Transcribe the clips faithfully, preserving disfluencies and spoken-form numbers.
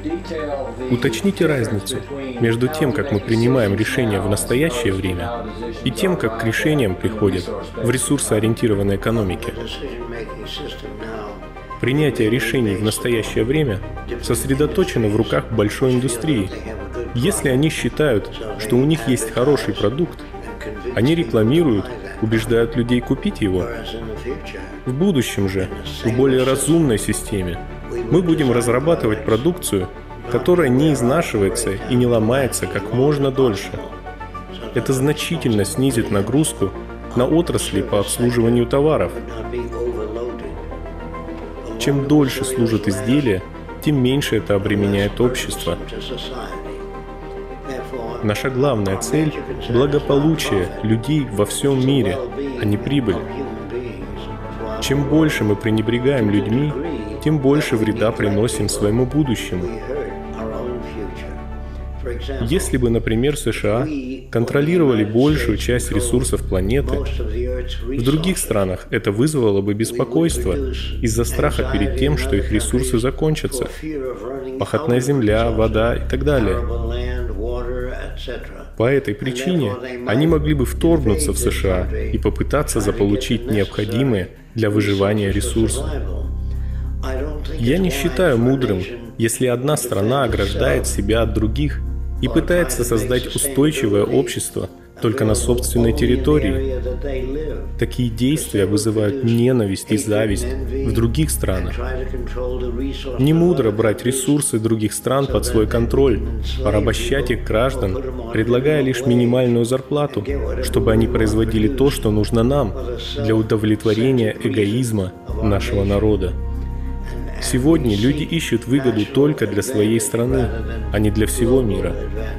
Уточните разницу между тем, как мы принимаем решения в настоящее время, и тем, как к решениям приходят в ресурсоориентированной экономике. Принятие решений в настоящее время сосредоточено в руках большой индустрии. Если они считают, что у них есть хороший продукт, они рекламируют, убеждают людей купить его. В будущем же, в более разумной системе, мы будем разрабатывать продукцию, которая не изнашивается и не ломается как можно дольше. Это значительно снизит нагрузку на отрасли по обслуживанию товаров. Чем дольше служат изделия, тем меньше это обременяет общество. Наша главная цель – благополучие людей во всем мире, а не прибыль. Чем больше мы пренебрегаем людьми, тем больше вреда приносим своему будущему. Если бы, например, США контролировали большую часть ресурсов планеты, в других странах это вызвало бы беспокойство из-за страха перед тем, что их ресурсы закончатся. Пахотная земля, вода и так далее. По этой причине они могли бы вторгнуться в США и попытаться заполучить необходимые для выживания ресурсы. Я не считаю мудрым, если одна страна ограждает себя от других и пытается создать устойчивое общество только на собственной территории. Такие действия вызывают ненависть и зависть в других странах. Не мудро брать ресурсы других стран под свой контроль, порабощать их граждан, предлагая лишь минимальную зарплату, чтобы они производили то, что нужно нам, для удовлетворения эгоизма нашего народа. Сегодня люди ищут выгоду только для своей страны, а не для всего мира.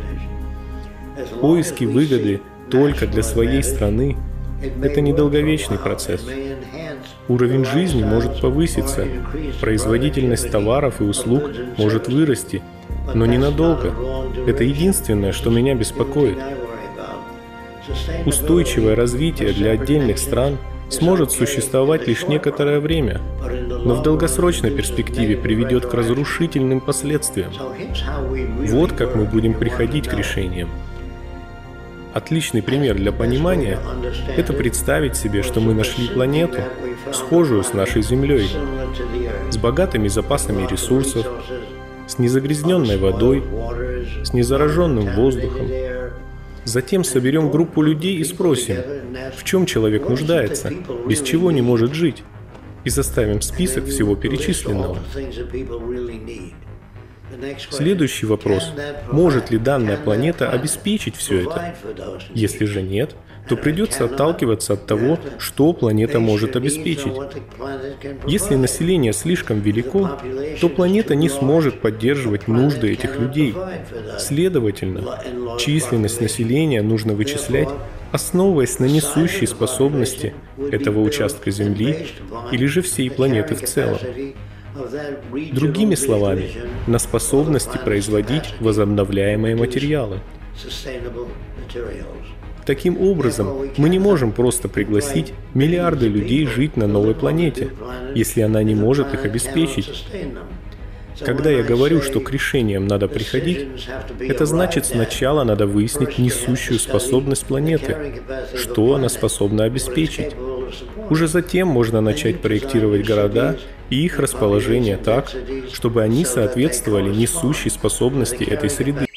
Поиски выгоды только для своей страны – это недолговечный процесс. Уровень жизни может повыситься, производительность товаров и услуг может вырасти, но ненадолго. Это единственное, что меня беспокоит. Устойчивое развитие для отдельных стран сможет существовать лишь некоторое время, но в долгосрочной перспективе приведет к разрушительным последствиям. Вот как мы будем приходить к решениям. Отличный пример для понимания – это представить себе, что мы нашли планету, схожую с нашей Землей, с богатыми запасами ресурсов, с незагрязненной водой, с незараженным воздухом. Затем соберем группу людей и спросим, в чем человек нуждается, без чего не может жить, и составим список всего перечисленного. Следующий вопрос – может ли данная планета обеспечить все это? Если же нет, то придется отталкиваться от того, что планета может обеспечить. Если население слишком велико, то планета не сможет поддерживать нужды этих людей. Следовательно, численность населения нужно вычислять, основываясь на несущей способности этого участка Земли или же всей планеты в целом. Другими словами, на способности производить возобновляемые материалы. Таким образом, мы не можем просто пригласить миллиарды людей жить на новой планете, если она не может их обеспечить. Когда я говорю, что к решениям надо приходить, это значит, сначала надо выяснить несущую способность планеты, что она способна обеспечить. Уже затем можно начать проектировать города и их расположение так, чтобы они соответствовали несущей способности этой среды.